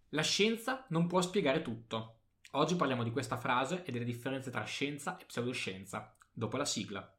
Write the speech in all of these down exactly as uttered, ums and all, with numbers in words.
La scienza non può spiegare tutto. Oggi parliamo di questa frase e delle differenze tra scienza e pseudoscienza, dopo la sigla.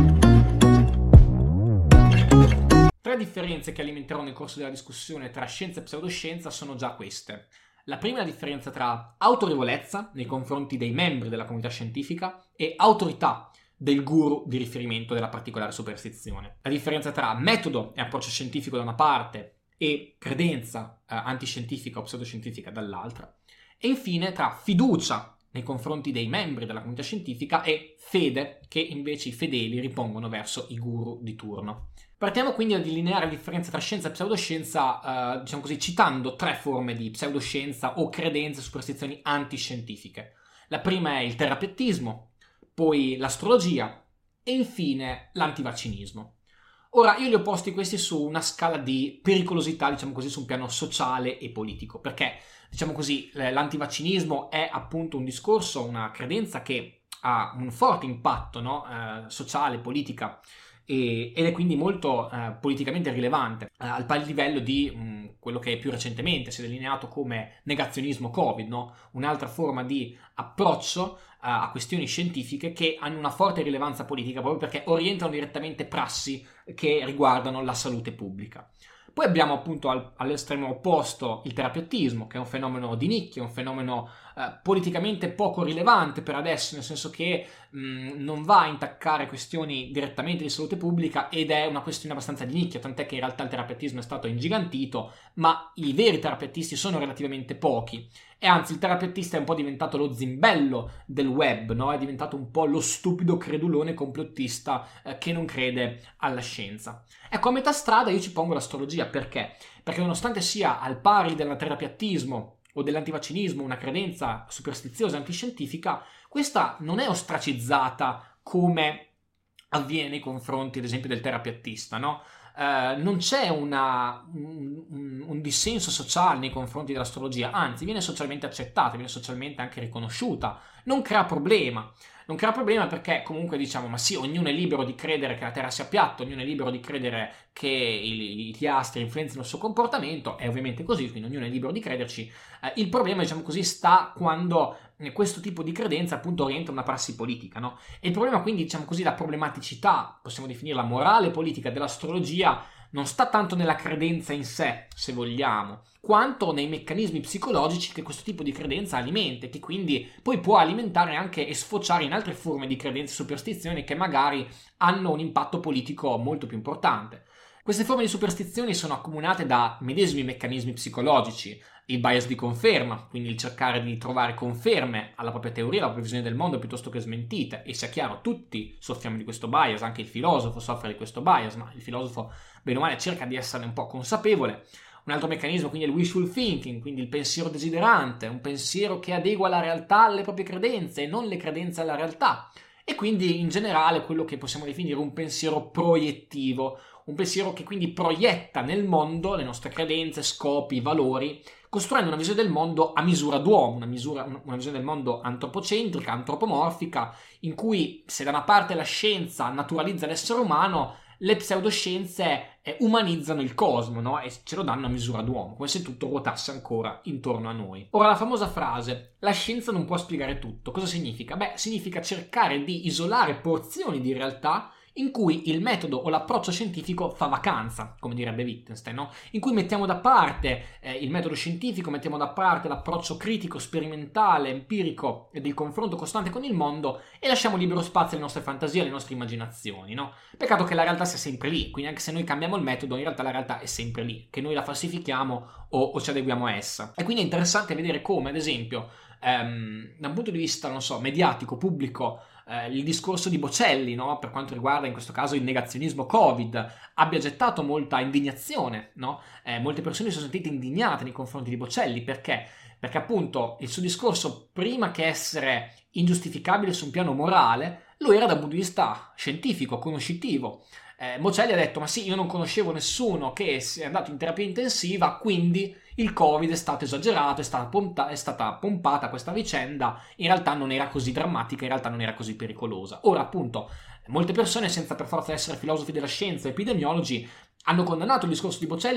Tre differenze che alimenterò nel corso della discussione tra scienza e pseudoscienza sono già queste. La prima è la differenza tra autorevolezza nei confronti dei membri della comunità scientifica e autorità del guru di riferimento della particolare superstizione. La differenza tra metodo e approccio scientifico da una parte e credenza eh, antiscientifica o pseudoscientifica dall'altra, e infine tra fiducia nei confronti dei membri della comunità scientifica e fede che invece i fedeli ripongono verso i guru di turno. Partiamo quindi a delineare la differenza tra scienza e pseudoscienza, eh, diciamo così, citando tre forme di pseudoscienza o credenze e superstizioni antiscientifiche. La prima è il terapetismo, poi l'astrologia e infine l'antivaccinismo. Ora, io li ho posti questi su una scala di pericolosità, diciamo così, su un piano sociale e politico, perché, diciamo così, l'antivaccinismo è appunto un discorso, una credenza che ha un forte impatto, no? eh, sociale, politica, e, ed è quindi molto eh, politicamente rilevante, eh, al pari livello di mh, quello che più recentemente si è delineato come negazionismo Covid, no? Un'altra forma di approccio a questioni scientifiche che hanno una forte rilevanza politica proprio perché orientano direttamente prassi che riguardano la salute pubblica. Poi abbiamo appunto al, all'estremo opposto il terapeutismo, che è un fenomeno di nicchia, un fenomeno eh, politicamente poco rilevante per adesso, nel senso che mh, non va a intaccare questioni direttamente di salute pubblica ed è una questione abbastanza di nicchia, tant'è che in realtà il terapeutismo è stato ingigantito, ma i veri terapeutisti sono relativamente pochi. E anzi, il terapeutista è un po' diventato lo zimbello del web, no? È diventato un po' lo stupido credulone complottista eh, che non crede alla scienza. Ecco, a metà strada io ci pongo l'astrologia. Perché? Perché nonostante sia al pari del terapeutismo o dell'antivaccinismo una credenza superstiziosa e antiscientifica, questa non è ostracizzata come avviene nei confronti, ad esempio, del terapeutista, no? Uh, non c'è una, un, un dissenso sociale nei confronti dell'astrologia, anzi viene socialmente accettata, viene socialmente anche riconosciuta, non crea problema. Non crea problema perché comunque diciamo, ma sì, ognuno è libero di credere che la Terra sia piatta, ognuno è libero di credere che i, gli astri influenzino il suo comportamento, è ovviamente così, quindi ognuno è libero di crederci. Eh, il problema, diciamo così, sta quando eh, questo tipo di credenza appunto orienta una prassi politica, no? E il problema quindi, diciamo così, la problematicità, possiamo definirla morale e politica dell'astrologia, non sta tanto nella credenza in sé, se vogliamo, quanto nei meccanismi psicologici che questo tipo di credenza alimenta e che quindi poi può alimentare anche e sfociare in altre forme di credenze e superstizioni che magari hanno un impatto politico molto più importante. Queste forme di superstizioni sono accomunate da medesimi meccanismi psicologici, il bias di conferma, quindi il cercare di trovare conferme alla propria teoria, alla propria visione del mondo piuttosto che smentite, e sia chiaro, tutti soffriamo di questo bias, anche il filosofo soffre di questo bias, ma il filosofo bene o male cerca di esserne un po' consapevole. Un altro meccanismo quindi è il wishful thinking, quindi il pensiero desiderante, un pensiero che adegua la realtà alle proprie credenze e non le credenze alla realtà. E quindi in generale quello che possiamo definire un pensiero proiettivo, un pensiero che quindi proietta nel mondo le nostre credenze, scopi, valori, costruendo una visione del mondo a misura d'uomo, una, misura, una visione del mondo antropocentrica, antropomorfica, in cui se da una parte la scienza naturalizza l'essere umano, le pseudoscienze eh, umanizzano il cosmo, no? E ce lo danno a misura d'uomo, come se tutto ruotasse ancora intorno a noi. Ora, la famosa frase, la scienza non può spiegare tutto, cosa significa? Beh, significa cercare di isolare porzioni di realtà in cui il metodo o l'approccio scientifico fa vacanza, come direbbe Wittgenstein, no? In cui mettiamo da parte eh, il metodo scientifico, mettiamo da parte l'approccio critico, sperimentale, empirico e del confronto costante con il mondo e lasciamo libero spazio alle nostre fantasie, alle nostre immaginazioni, no? Peccato che la realtà sia sempre lì, quindi anche se noi cambiamo il metodo, in realtà la realtà è sempre lì, che noi la falsifichiamo o, o ci adeguiamo a essa. E quindi è interessante vedere come, ad esempio, ehm, da un punto di vista, non so, mediatico, pubblico, Eh, il discorso di Bocelli, no? Per quanto riguarda in questo caso il negazionismo Covid, abbia gettato molta indignazione, no? Eh, molte persone si sono sentite indignate nei confronti di Bocelli, perché? Perché appunto il suo discorso, prima che essere ingiustificabile su un piano morale, lo era dal punto di vista scientifico, conoscitivo. Eh, Bocelli ha detto, ma sì, io non conoscevo nessuno che sia andato in terapia intensiva, quindi il Covid è stato esagerato, è stata, pompa- è stata pompata questa vicenda, in realtà non era così drammatica, in realtà non era così pericolosa. Ora, appunto, molte persone, senza per forza essere filosofi della scienza, epidemiologi, hanno condannato il discorso di Bocelli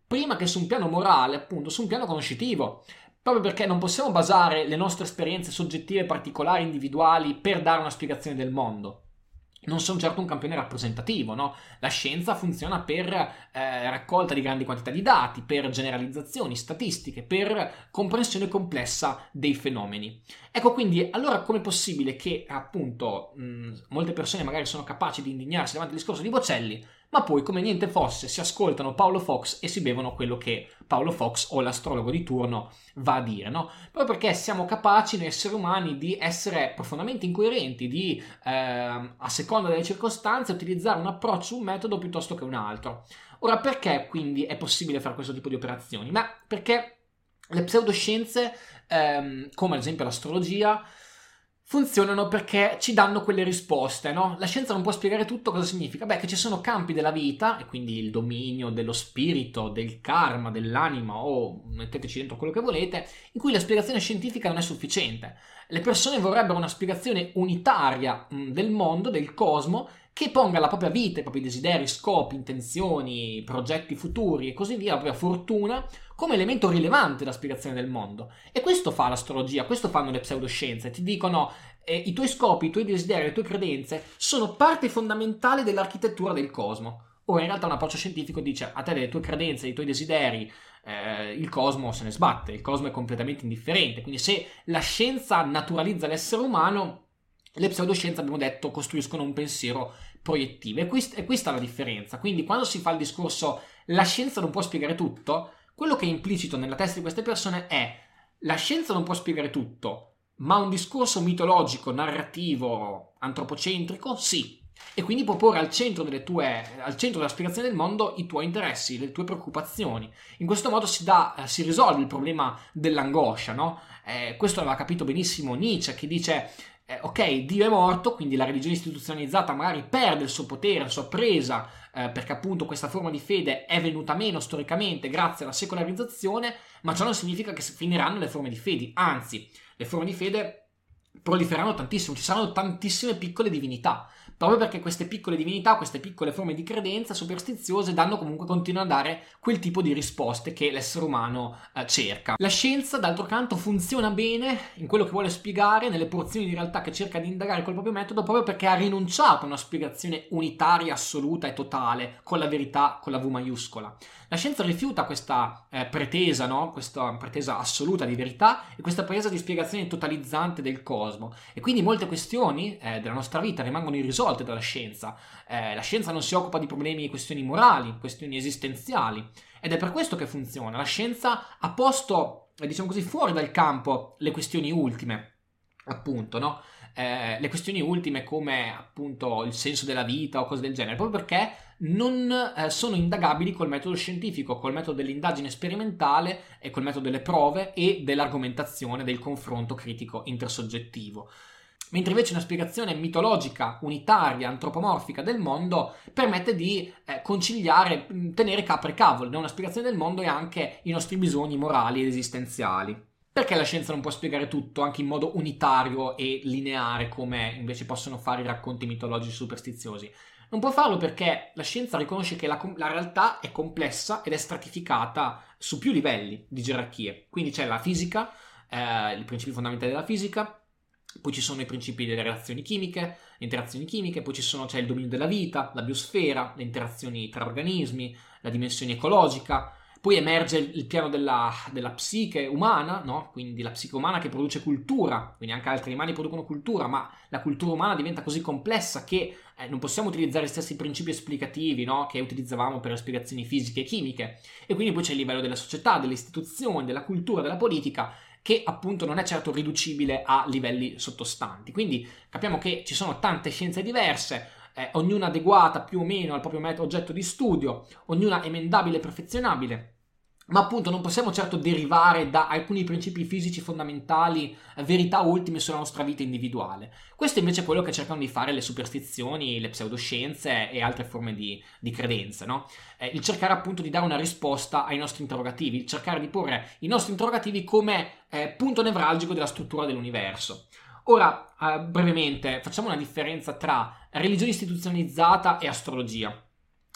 prima che su un piano morale, appunto, su un piano conoscitivo. Proprio perché non possiamo basare le nostre esperienze soggettive particolari, individuali, per dare una spiegazione del mondo. Non sono certo un campione rappresentativo, no? La scienza funziona per eh, raccolta di grandi quantità di dati, per generalizzazioni, statistiche, per comprensione complessa dei fenomeni. Ecco, quindi, allora com'è possibile che, appunto, mh, molte persone magari sono capaci di indignarsi davanti al discorso di Bocelli, ma poi, come niente fosse, si ascoltano Paolo Fox e si bevono quello che Paolo Fox o l'astrologo di turno va a dire, no? Proprio perché siamo capaci, noi esseri umani, di essere profondamente incoerenti, di, eh, a seconda delle circostanze, utilizzare un approccio, un metodo piuttosto che un altro. Ora, perché quindi è possibile fare questo tipo di operazioni? Ma perché le pseudoscienze, ehm, come ad esempio l'astrologia, funzionano perché ci danno quelle risposte, no? La scienza non può spiegare tutto. Cosa significa? Beh, che ci sono campi della vita, e quindi il dominio dello spirito, del karma, dell'anima, o metteteci dentro quello che volete, in cui la spiegazione scientifica non è sufficiente. Le persone vorrebbero una spiegazione unitaria mh, del mondo, del cosmo, che ponga la propria vita, i propri desideri, scopi, intenzioni, progetti futuri e così via, la propria fortuna, come elemento rilevante della spiegazione del mondo. E questo fa l'astrologia, questo fanno le pseudoscienze. Ti dicono eh, i tuoi scopi, i tuoi desideri, le tue credenze sono parte fondamentale dell'architettura del cosmo. Ora, in realtà un approccio scientifico dice a te delle tue credenze, dei tuoi desideri, eh, il cosmo se ne sbatte, il cosmo è completamente indifferente. Quindi se la scienza naturalizza l'essere umano, le pseudoscienze, abbiamo detto, costruiscono un pensiero proiettivo. E questa è questa la differenza. Quindi quando si fa il discorso la scienza non può spiegare tutto, quello che è implicito nella testa di queste persone è la scienza non può spiegare tutto, ma un discorso mitologico, narrativo, antropocentrico, sì. E quindi può porre al centro delle tue, al centro della spiegazione del mondo i tuoi interessi, le tue preoccupazioni. In questo modo si, dà, si risolve il problema dell'angoscia, no? Eh, questo l'aveva capito benissimo Nietzsche, che dice eh, ok, Dio è morto, quindi la religione istituzionalizzata magari perde il suo potere, la sua presa, eh, perché appunto questa forma di fede è venuta meno storicamente grazie alla secolarizzazione, ma ciò non significa che finiranno le forme di fede, anzi, le forme di fede proliferano tantissimo, ci saranno tantissime piccole divinità, proprio perché queste piccole divinità, queste piccole forme di credenza superstiziose danno comunque, continuano a dare quel tipo di risposte che l'essere umano eh, cerca. La scienza, d'altro canto, funziona bene in quello che vuole spiegare, nelle porzioni di realtà che cerca di indagare col proprio metodo, proprio perché ha rinunciato a una spiegazione unitaria, assoluta e totale, con la verità, con la V maiuscola. La scienza rifiuta questa eh, pretesa, no? Questa pretesa assoluta di verità e questa pretesa di spiegazione totalizzante del cosmo. E quindi molte questioni eh, della nostra vita rimangono irrisolte dalla scienza. Eh, la scienza non si occupa di problemi e questioni morali, questioni esistenziali. Ed è per questo che funziona. La scienza ha posto, eh, diciamo così, fuori dal campo le questioni ultime, appunto, no? Eh, le questioni ultime come appunto il senso della vita o cose del genere, proprio perché non eh, sono indagabili col metodo scientifico, col metodo dell'indagine sperimentale e col metodo delle prove e dell'argomentazione, del confronto critico intersoggettivo. Mentre invece una spiegazione mitologica, unitaria, antropomorfica del mondo permette di eh, conciliare, tenere capre e cavoli, una spiegazione del mondo e anche i nostri bisogni morali ed esistenziali. Perché la scienza non può spiegare tutto anche in modo unitario e lineare come invece possono fare i racconti mitologici superstiziosi? Non può farlo perché la scienza riconosce che la, la realtà è complessa ed è stratificata su più livelli di gerarchie. Quindi c'è la fisica, eh, i principi fondamentali della fisica, poi ci sono i principi delle reazioni chimiche, le interazioni chimiche, poi ci sono, c'è il dominio della vita, la biosfera, le interazioni tra organismi, la dimensione ecologica. Poi emerge il piano della, della psiche umana, no? Quindi la psiche umana che produce cultura, quindi anche altri animali producono cultura, ma la cultura umana diventa così complessa che eh, non possiamo utilizzare gli stessi principi esplicativi, no? Che utilizzavamo per le spiegazioni fisiche e chimiche. E quindi poi c'è il livello della società, delle istituzioni, della cultura, della politica, che appunto non è certo riducibile a livelli sottostanti. Quindi capiamo che ci sono tante scienze diverse, eh, ognuna adeguata più o meno al proprio metodo oggetto di studio, ognuna emendabile e perfezionabile. Ma appunto non possiamo certo derivare da alcuni principi fisici fondamentali verità ultime sulla nostra vita individuale. Questo invece è quello che cercano di fare le superstizioni, le pseudoscienze e altre forme di, di credenze, no? Eh, il cercare appunto di dare una risposta ai nostri interrogativi, il cercare di porre i nostri interrogativi come eh, punto nevralgico della struttura dell'universo. Ora, eh, brevemente, facciamo una differenza tra religione istituzionalizzata e astrologia.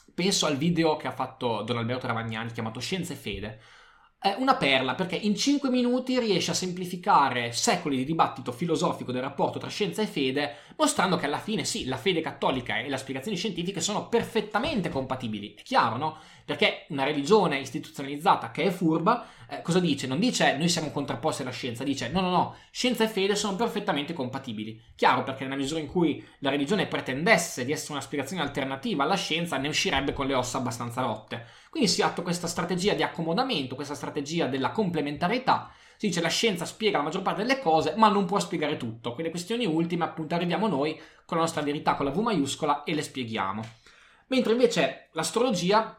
Penso al video che ha fatto Don Alberto Ravagnani chiamato Scienza e Fede. È una perla perché in cinque minuti riesce a semplificare secoli di dibattito filosofico del rapporto tra scienza e fede, mostrando che alla fine sì, la fede cattolica e le spiegazioni scientifiche sono perfettamente compatibili. È chiaro, no? Perché una religione istituzionalizzata che è furba, eh, cosa dice? Non dice noi siamo contrapposti alla scienza, dice no, no, no, scienza e fede sono perfettamente compatibili. Chiaro, perché nella misura in cui la religione pretendesse di essere una spiegazione alternativa alla scienza, ne uscirebbe con le ossa abbastanza rotte. Quindi si attua questa strategia di accomodamento, questa strategia della complementarietà. Si dice la scienza spiega la maggior parte delle cose, ma non può spiegare tutto. Quelle questioni ultime, appunto, arriviamo noi con la nostra verità, con la V maiuscola, e le spieghiamo. Mentre invece l'astrologia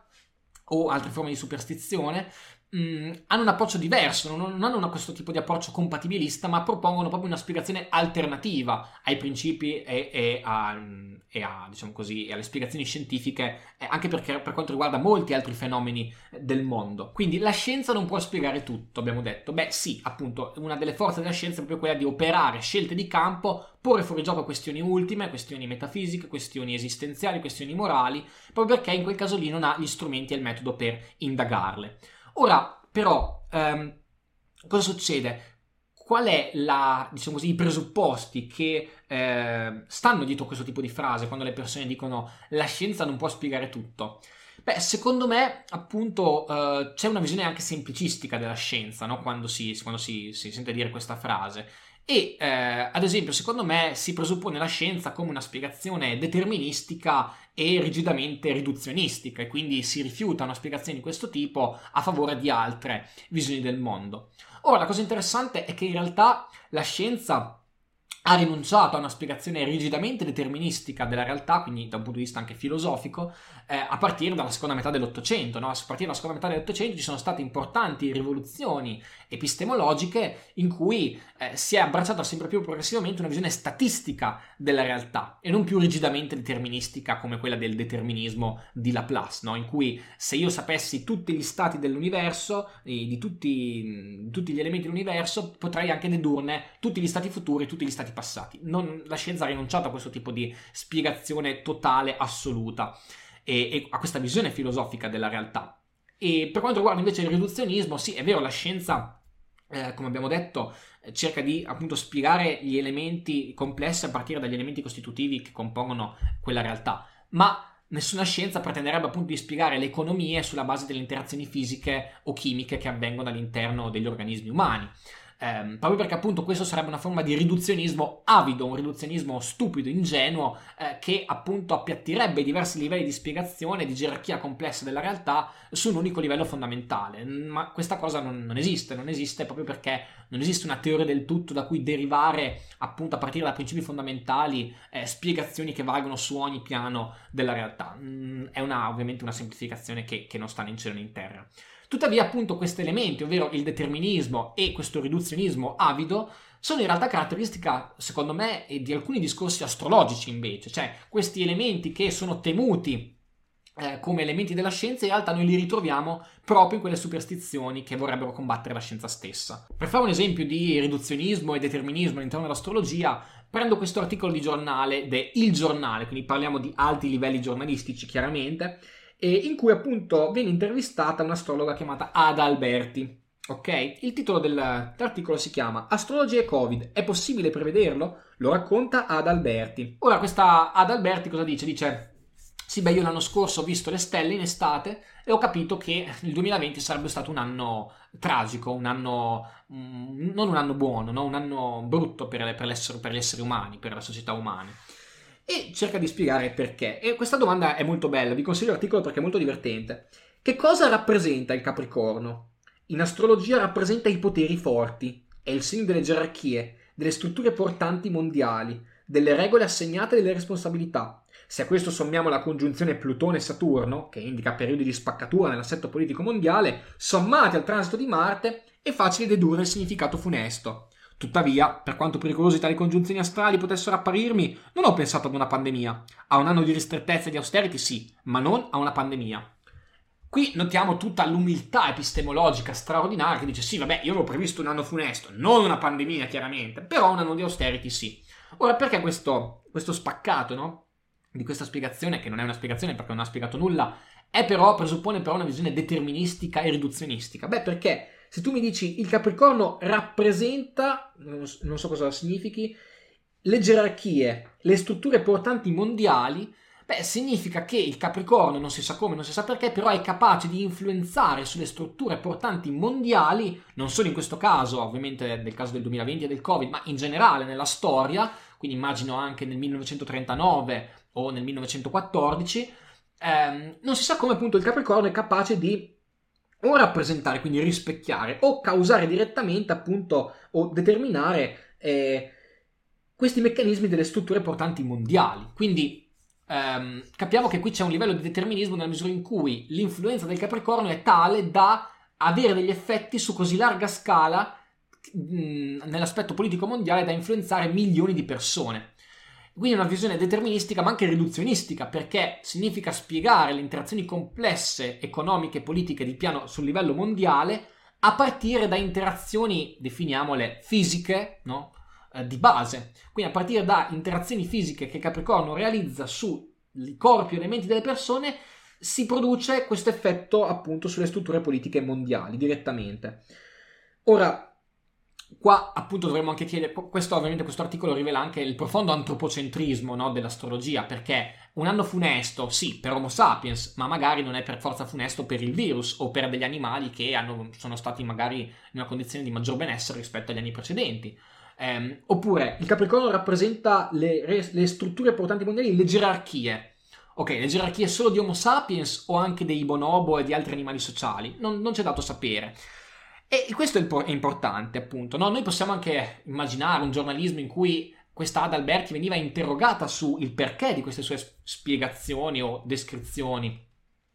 o altre forme di superstizione mh, hanno un approccio diverso, non, non hanno una, questo tipo di approccio compatibilista, ma propongono proprio una spiegazione alternativa ai principi e, e, a, e, a, diciamo così, e alle spiegazioni scientifiche, eh, anche perché per quanto riguarda molti altri fenomeni del mondo. Quindi la scienza non può spiegare tutto, abbiamo detto. Beh sì, appunto, una delle forze della scienza è proprio quella di operare scelte di campo, porre fuori gioco questioni ultime, questioni metafisiche, questioni esistenziali, questioni morali, proprio perché in quel caso lì non ha gli strumenti e il metodo per indagarle. Ora, però, ehm, cosa succede? Qual è la, diciamo così, i presupposti che eh, stanno dietro questo tipo di frase quando le persone dicono la scienza non può spiegare tutto? Beh, secondo me, appunto, eh, c'è una visione anche semplicistica della scienza, no? Quando si, quando si, si sente dire questa frase. E, eh, ad esempio, secondo me si presuppone la scienza come una spiegazione deterministica e rigidamente riduzionistica, e quindi si rifiuta una spiegazione di questo tipo a favore di altre visioni del mondo. Ora, la cosa interessante è che in realtà la scienza ha rinunciato a una spiegazione rigidamente deterministica della realtà, quindi da un punto di vista anche filosofico, eh, a partire dalla seconda metà dell'Ottocento. No? A partire dalla seconda metà dell'Ottocento ci sono state importanti rivoluzioni epistemologiche in cui eh, si è abbracciata sempre più progressivamente una visione statistica della realtà e non più rigidamente deterministica come quella del determinismo di Laplace, no? In cui se io sapessi tutti gli stati dell'universo, eh, di tutti, tutti gli elementi dell'universo, potrei anche dedurne tutti gli stati futuri, tutti gli stati passati. Non, la scienza ha rinunciato a questo tipo di spiegazione totale, assoluta, e, e a questa visione filosofica della realtà. E per quanto riguarda invece il riduzionismo, sì, è vero, la scienza, eh, come abbiamo detto, eh, cerca di appunto spiegare gli elementi complessi a partire dagli elementi costitutivi che compongono quella realtà, ma nessuna scienza pretenderebbe appunto di spiegare le economie sulla base delle interazioni fisiche o chimiche che avvengono all'interno degli organismi umani. Eh, proprio perché appunto questo sarebbe una forma di riduzionismo avido, un riduzionismo stupido, ingenuo, eh, che appunto appiattirebbe i diversi livelli di spiegazione, di gerarchia complessa della realtà su un unico livello fondamentale. Ma questa cosa non, non esiste, non esiste proprio perché non esiste una teoria del tutto da cui derivare appunto a partire da principi fondamentali eh, spiegazioni che valgono su ogni piano della realtà. Mm, è una, ovviamente una semplificazione che, che non sta né in cielo né in terra. Tuttavia, appunto, questi elementi, ovvero il determinismo e questo riduzionismo avido, sono in realtà caratteristica, secondo me, di alcuni discorsi astrologici invece, cioè questi elementi che sono temuti eh, come elementi della scienza, in realtà noi li ritroviamo proprio in quelle superstizioni che vorrebbero combattere la scienza stessa. Per fare un esempio di riduzionismo e determinismo all'interno dell'astrologia, prendo questo articolo di giornale, de Il Giornale, quindi parliamo di alti livelli giornalistici chiaramente, in cui appunto viene intervistata un'astrologa chiamata Ada Alberti. Ok? Il titolo dell'articolo si chiama Astrologia e Covid, è possibile prevederlo? Lo racconta Ada Alberti. Ora questa Ada Alberti cosa dice? Dice sì, beh, io l'anno scorso ho visto le stelle in estate e ho capito che il duemilaventi sarebbe stato un anno tragico, un anno mm, non un anno buono, no? Un anno brutto per, per, l'essere, per gli esseri umani, per la società umana. E cerca di spiegare perché. E questa domanda è molto bella, vi consiglio l'articolo perché è molto divertente. Che cosa rappresenta il Capricorno? In astrologia rappresenta i poteri forti, è il segno delle gerarchie, delle strutture portanti mondiali, delle regole assegnate e delle responsabilità. Se a questo sommiamo la congiunzione Plutone-Saturno, che indica periodi di spaccatura nell'assetto politico mondiale, sommati al transito di Marte, è facile dedurre il significato funesto. Tuttavia, per quanto pericolose tali congiunzioni astrali potessero apparirmi, non ho pensato ad una pandemia. A un anno di ristrettezza e di austerity sì, ma non a una pandemia. Qui notiamo tutta l'umiltà epistemologica straordinaria che dice sì, vabbè, io avevo previsto un anno funesto, non una pandemia chiaramente, però un anno di austerity sì. Ora, perché questo, questo spaccato, no? di questa spiegazione, che non è una spiegazione perché non ha spiegato nulla, è però, presuppone però una visione deterministica e riduzionistica. Beh, perché se tu mi dici il Capricorno rappresenta, non so cosa significhi, le gerarchie, le strutture portanti mondiali, beh, significa che il Capricorno, non si sa come, non si sa perché, però è capace di influenzare sulle strutture portanti mondiali, non solo in questo caso, ovviamente nel caso del duemilaventi e del Covid, ma in generale nella storia, quindi immagino anche nel millenovecentotrentanove o nel millenovecentoquattordici, ehm, non si sa come appunto il Capricorno è capace di o rappresentare, quindi rispecchiare, o causare direttamente appunto, o determinare eh, questi meccanismi delle strutture portanti mondiali. Quindi ehm, capiamo che qui c'è un livello di determinismo nella misura in cui l'influenza del Capricorno è tale da avere degli effetti su così larga scala mh, nell'aspetto politico mondiale da influenzare milioni di persone. Quindi una visione deterministica ma anche riduzionistica, perché significa spiegare le interazioni complesse economiche e politiche di piano sul livello mondiale a partire da interazioni, definiamole, fisiche, no? Eh, di base. Quindi a partire da interazioni fisiche che Capricorno realizza sui corpi e elementi delle persone si produce questo effetto appunto sulle strutture politiche mondiali direttamente. Ora, qua appunto dovremmo anche chiedere, questo ovviamente questo articolo rivela anche il profondo antropocentrismo, no, dell'astrologia, perché un anno funesto sì per Homo sapiens, ma magari non è per forza funesto per il virus o per degli animali che hanno, sono stati magari in una condizione di maggior benessere rispetto agli anni precedenti. Eh, oppure il Capricorno rappresenta le, le strutture portanti mondiali, le gerarchie. Ok, le gerarchie solo di Homo sapiens o anche dei bonobo e di altri animali sociali? Non, non c'è dato sapere. E questo è, il, è importante, appunto. No? Noi possiamo anche immaginare un giornalismo in cui questa Ada Alberti veniva interrogata sul perché di queste sue spiegazioni o descrizioni.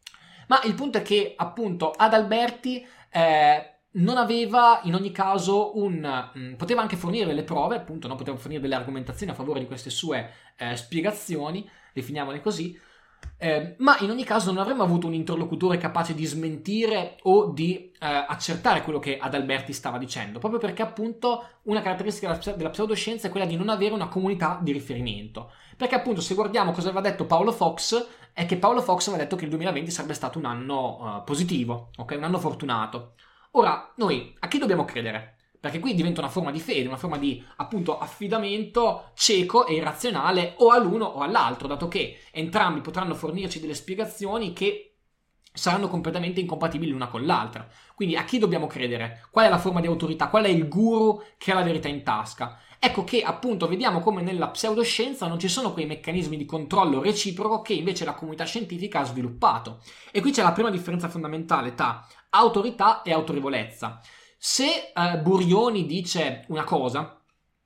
Ma il punto è che, appunto, Ada Alberti eh, non aveva in ogni caso un... Mh, poteva anche fornire delle prove, appunto, no? Poteva fornire delle argomentazioni a favore di queste sue eh, spiegazioni, definiamole così, eh, ma in ogni caso non avremmo avuto un interlocutore capace di smentire o di eh, accertare quello che Adalberti stava dicendo, proprio perché appunto una caratteristica della, della pseudoscienza è quella di non avere una comunità di riferimento, perché appunto se guardiamo cosa aveva detto Paolo Fox, è che Paolo Fox aveva detto che il duemilaventi sarebbe stato un anno uh, positivo, ok, un anno fortunato. Ora, noi a chi dobbiamo credere? Perché qui diventa una forma di fede, una forma di appunto affidamento cieco e irrazionale o all'uno o all'altro, dato che entrambi potranno fornirci delle spiegazioni che saranno completamente incompatibili l'una con l'altra. Quindi a chi dobbiamo credere? Qual è la forma di autorità? Qual è il guru che ha la verità in tasca? Ecco che appunto vediamo come nella pseudoscienza non ci sono quei meccanismi di controllo reciproco che invece la comunità scientifica ha sviluppato. E qui c'è la prima differenza fondamentale tra autorità e autorevolezza. Se eh, Burioni dice una cosa,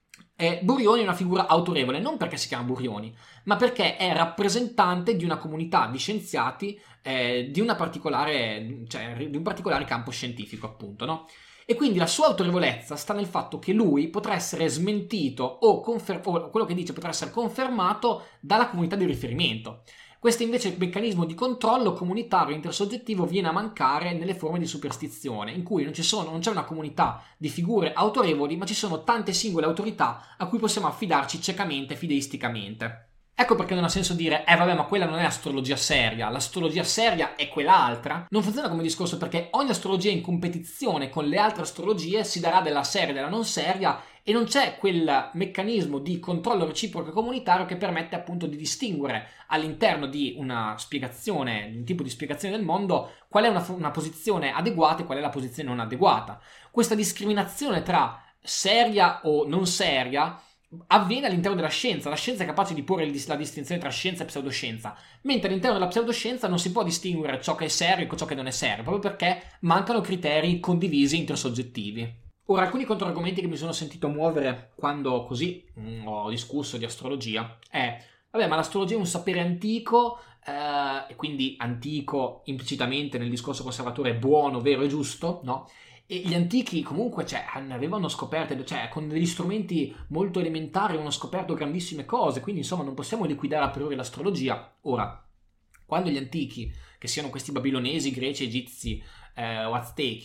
eh, Burioni è una figura autorevole, non perché si chiama Burioni, ma perché è rappresentante di una comunità di scienziati eh, di, una particolare, cioè, di un particolare campo scientifico, appunto, no? E quindi la sua autorevolezza sta nel fatto che lui potrà essere smentito o, confer- o quello che dice potrà essere confermato dalla comunità di riferimento. Questo invece il meccanismo di controllo comunitario intersoggettivo viene a mancare nelle forme di superstizione, in cui non, ci sono, non c'è una comunità di figure autorevoli, ma ci sono tante singole autorità a cui possiamo affidarci ciecamente, fideisticamente. Ecco perché non ha senso dire, eh vabbè, ma quella non è astrologia seria, l'astrologia seria è quell'altra. Non funziona come discorso perché ogni astrologia in competizione con le altre astrologie si darà della seria e della non seria e non c'è quel meccanismo di controllo reciproco e comunitario che permette appunto di distinguere all'interno di una spiegazione, di un tipo di spiegazione del mondo, qual è una, una posizione adeguata e qual è la posizione non adeguata. Questa discriminazione tra seria o non seria avviene all'interno della scienza. La scienza è capace di porre la distinzione tra scienza e pseudoscienza, mentre all'interno della pseudoscienza non si può distinguere ciò che è serio e ciò che non è serio, proprio perché mancano criteri condivisi intersoggettivi. Ora, alcuni controargomenti che mi sono sentito muovere quando così mh, ho discusso di astrologia è, vabbè, ma l'astrologia è un sapere antico, eh, e quindi antico implicitamente nel discorso conservatore buono, vero e giusto, no? E gli antichi comunque, cioè, avevano scoperte, cioè, con degli strumenti molto elementari avevano scoperto grandissime cose, quindi insomma non possiamo liquidare a priori l'astrologia. Ora, quando gli antichi, che siano questi babilonesi, greci, egizi eh, o aztechi,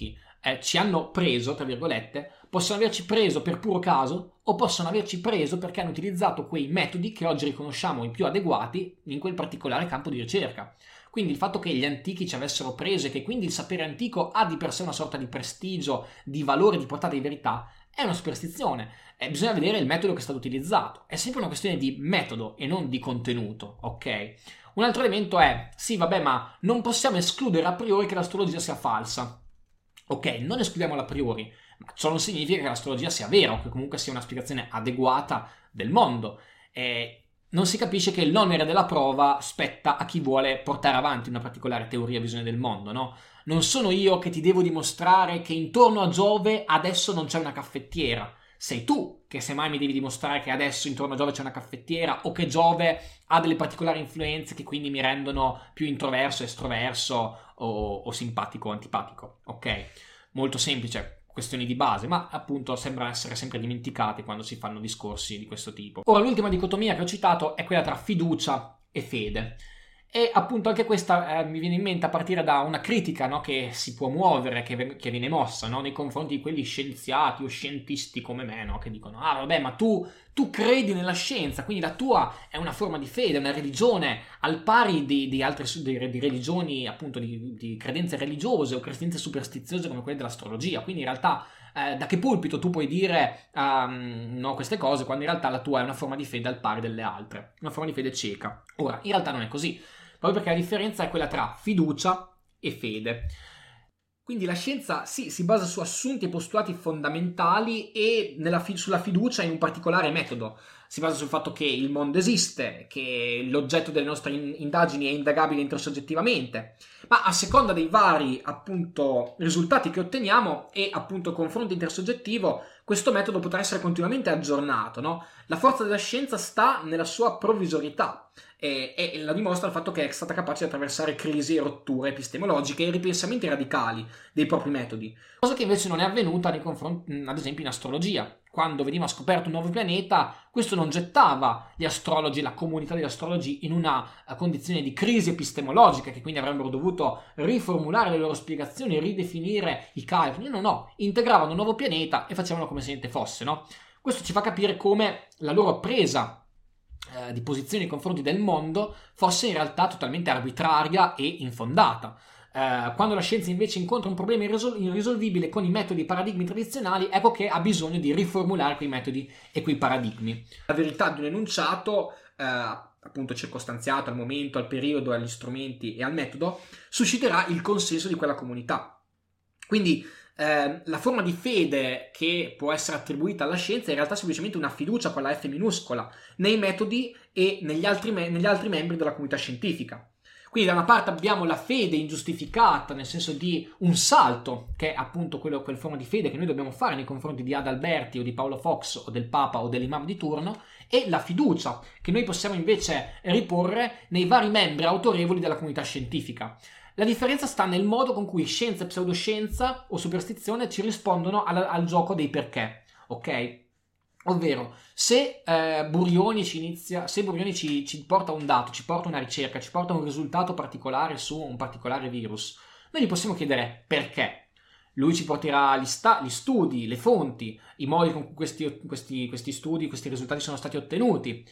eh, ci hanno preso, tra virgolette, possono averci preso per puro caso o possono averci preso perché hanno utilizzato quei metodi che oggi riconosciamo i più adeguati in quel particolare campo di ricerca. Quindi il fatto che gli antichi ci avessero preso e che quindi il sapere antico ha di per sé una sorta di prestigio, di valore, di portata di verità, è una superstizione. Eh, bisogna vedere il metodo che è stato utilizzato. È sempre una questione di metodo e non di contenuto, ok? Un altro elemento è, sì vabbè, ma non possiamo escludere a priori che l'astrologia sia falsa. Ok, non escludiamola a priori, ma ciò non significa che l'astrologia sia vera o che comunque sia una spiegazione adeguata del mondo. Eh, non si capisce che l'onere della prova spetta a chi vuole portare avanti una particolare teoria o visione del mondo, no? Non sono io che ti devo dimostrare che intorno a Giove adesso non c'è una caffettiera. Sei tu che semmai mi devi dimostrare che adesso intorno a Giove c'è una caffettiera o che Giove ha delle particolari influenze che quindi mi rendono più introverso, estroverso o, o simpatico o antipatico. Ok? Molto semplice. Questioni di base, ma appunto sembrano essere sempre dimenticate quando si fanno discorsi di questo tipo. Ora, l'ultima dicotomia che ho citato è quella tra fiducia e fede. E appunto anche questa eh, mi viene in mente a partire da una critica, no, che si può muovere, che, che viene mossa, no, nei confronti di quelli scienziati o scientisti come me, no, che dicono ah vabbè ma tu, tu credi nella scienza, quindi la tua è una forma di fede, una religione al pari di, di altre di, di religioni, appunto di, di credenze religiose o credenze superstiziose come quelle dell'astrologia, quindi in realtà eh, da che pulpito tu puoi dire um, no, queste cose quando in realtà la tua è una forma di fede al pari delle altre, una forma di fede cieca. Ora, in realtà non è così. Proprio perché la differenza è quella tra fiducia e fede. Quindi la scienza sì, si basa su assunti e postulati fondamentali e nella fi- sulla fiducia in un particolare metodo. Si basa sul fatto che il mondo esiste, che l'oggetto delle nostre in- indagini è indagabile intersoggettivamente, ma a seconda dei vari appunto risultati che otteniamo e appunto confronto intersoggettivo, questo metodo potrà essere continuamente aggiornato, no? La forza della scienza sta nella sua provvisorietà e, e la dimostra il fatto che è stata capace di attraversare crisi e rotture epistemologiche e ripensamenti radicali dei propri metodi, cosa che invece non è avvenuta nei confronti, ad esempio in astrologia. Quando veniva scoperto un nuovo pianeta, questo non gettava gli astrologi, la comunità degli astrologi in una condizione di crisi epistemologica, che quindi avrebbero dovuto riformulare le loro spiegazioni, ridefinire i calcoli. No, no, integravano un nuovo pianeta e facevano come se niente fosse, no? Questo ci fa capire come la loro presa eh, di posizione nei confronti del mondo fosse in realtà totalmente arbitraria e infondata. Uh, quando la scienza invece incontra un problema irrisol- irrisolvibile con i metodi e i paradigmi tradizionali, ecco che ha bisogno di riformulare quei metodi e quei paradigmi. La verità di un enunciato, uh, appunto circostanziato al momento, al periodo, agli strumenti e al metodo, susciterà il consenso di quella comunità. Quindi uh, la forma di fede che può essere attribuita alla scienza è in realtà semplicemente una fiducia con la F minuscola nei metodi e negli altri, me- negli altri membri della comunità scientifica. Quindi da una parte abbiamo la fede ingiustificata, nel senso di un salto, che è appunto quello, quel forma di fede che noi dobbiamo fare nei confronti di Adalberti o di Paolo Fox o del Papa o dell'imam di turno, e la fiducia che noi possiamo invece riporre nei vari membri autorevoli della comunità scientifica. La differenza sta nel modo con cui scienza e pseudoscienza o superstizione ci rispondono al, al gioco dei perché, ok? Ovvero, se eh, Burioni ci inizia, se Burioni ci, ci porta un dato, ci porta una ricerca, ci porta un risultato particolare su un particolare virus, noi gli possiamo chiedere perché. Lui ci porterà gli, sta- gli studi, le fonti, i modi con cui questi, questi, questi studi, questi risultati sono stati ottenuti.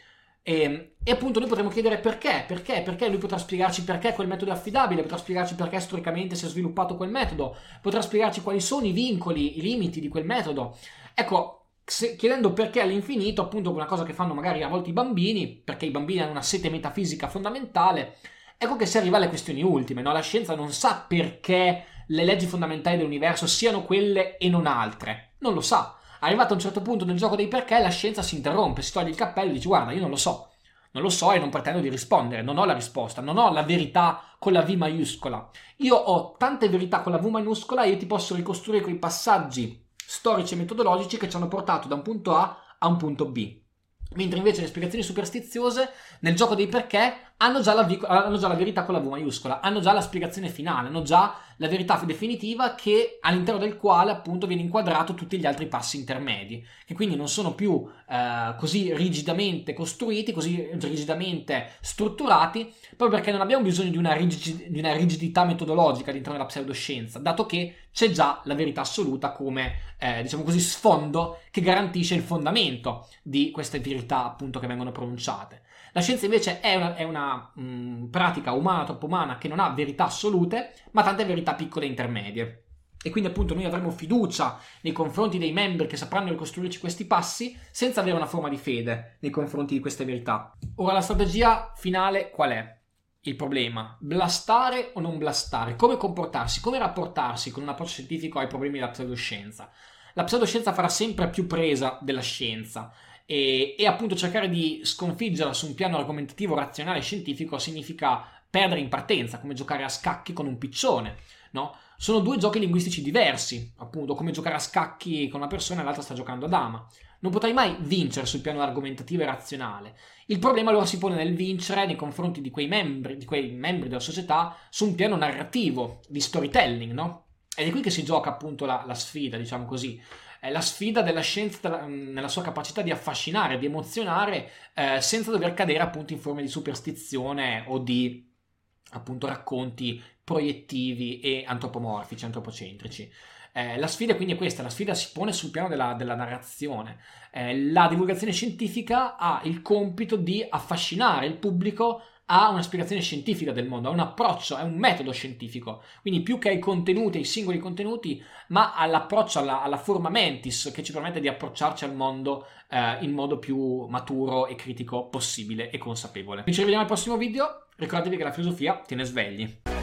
E, e appunto noi potremo chiedere perché, perché, perché lui potrà spiegarci perché quel metodo è affidabile, potrà spiegarci perché storicamente si è sviluppato quel metodo, potrà spiegarci quali sono i vincoli, i limiti di quel metodo. Ecco, Se, chiedendo perché all'infinito, appunto una cosa che fanno magari a volte i bambini, perché i bambini hanno una sete metafisica fondamentale, ecco che si arriva alle questioni ultime, no? La scienza non sa perché le leggi fondamentali dell'universo siano quelle e non altre, non lo sa. Arrivato a un certo punto nel gioco dei perché, la scienza si interrompe, si toglie il cappello e dice guarda, io non lo so, non lo so e non pretendo di rispondere, non ho la risposta, non ho la verità con la V maiuscola. Io ho tante verità con la V minuscola e io ti posso ricostruire quei passaggi storici e metodologici che ci hanno portato da un punto A a un punto B. Mentre invece le spiegazioni superstiziose, nel gioco dei perché, hanno già, la, vi- hanno già la verità con la V maiuscola, hanno già la spiegazione finale, hanno già la verità definitiva che, all'interno del quale appunto viene inquadrato tutti gli altri passi intermedi, che quindi non sono più eh, così rigidamente costruiti, così rigidamente strutturati, proprio perché non abbiamo bisogno di una, rigid- di una rigidità metodologica all'interno della pseudoscienza, dato che c'è già la verità assoluta come, eh, diciamo così, sfondo che garantisce il fondamento di queste verità appunto che vengono pronunciate. La scienza invece è una, è una mh, pratica umana, troppo umana, che non ha verità assolute, ma tante verità piccole e intermedie. E quindi appunto noi avremo fiducia nei confronti dei membri che sapranno ricostruirci questi passi senza avere una forma di fede nei confronti di queste verità. Ora la strategia finale qual è? Il problema, blastare o non blastare, come comportarsi, come rapportarsi con un approccio scientifico ai problemi della pseudoscienza. La pseudoscienza farà sempre più presa della scienza e, e appunto cercare di sconfiggerla su un piano argomentativo, razionale e scientifico significa perdere in partenza, come giocare a scacchi con un piccione, no? Sono due giochi linguistici diversi, appunto, come giocare a scacchi con una persona e l'altra sta giocando a dama. Non potrai mai vincere sul piano argomentativo e razionale. Il problema allora si pone nel vincere nei confronti di quei membri, di quei membri della società su un piano narrativo, di storytelling, no? Ed è qui che si gioca appunto la, la sfida, diciamo così. È la sfida della scienza nella sua capacità di affascinare, di emozionare, eh, senza dover cadere appunto in forme di superstizione o di appunto racconti proiettivi e antropomorfici, antropocentrici. Eh, la sfida quindi è questa, la sfida si pone sul piano della, della narrazione. Eh, la divulgazione scientifica ha il compito di affascinare il pubblico a una spiegazione scientifica del mondo, a un approccio, a un metodo scientifico, quindi più che ai contenuti, ai singoli contenuti, ma all'approccio, alla, alla forma mentis che ci permette di approcciarci al mondo eh, in modo più maturo e critico possibile e consapevole. Ci rivediamo al prossimo video, ricordatevi che la filosofia tiene svegli.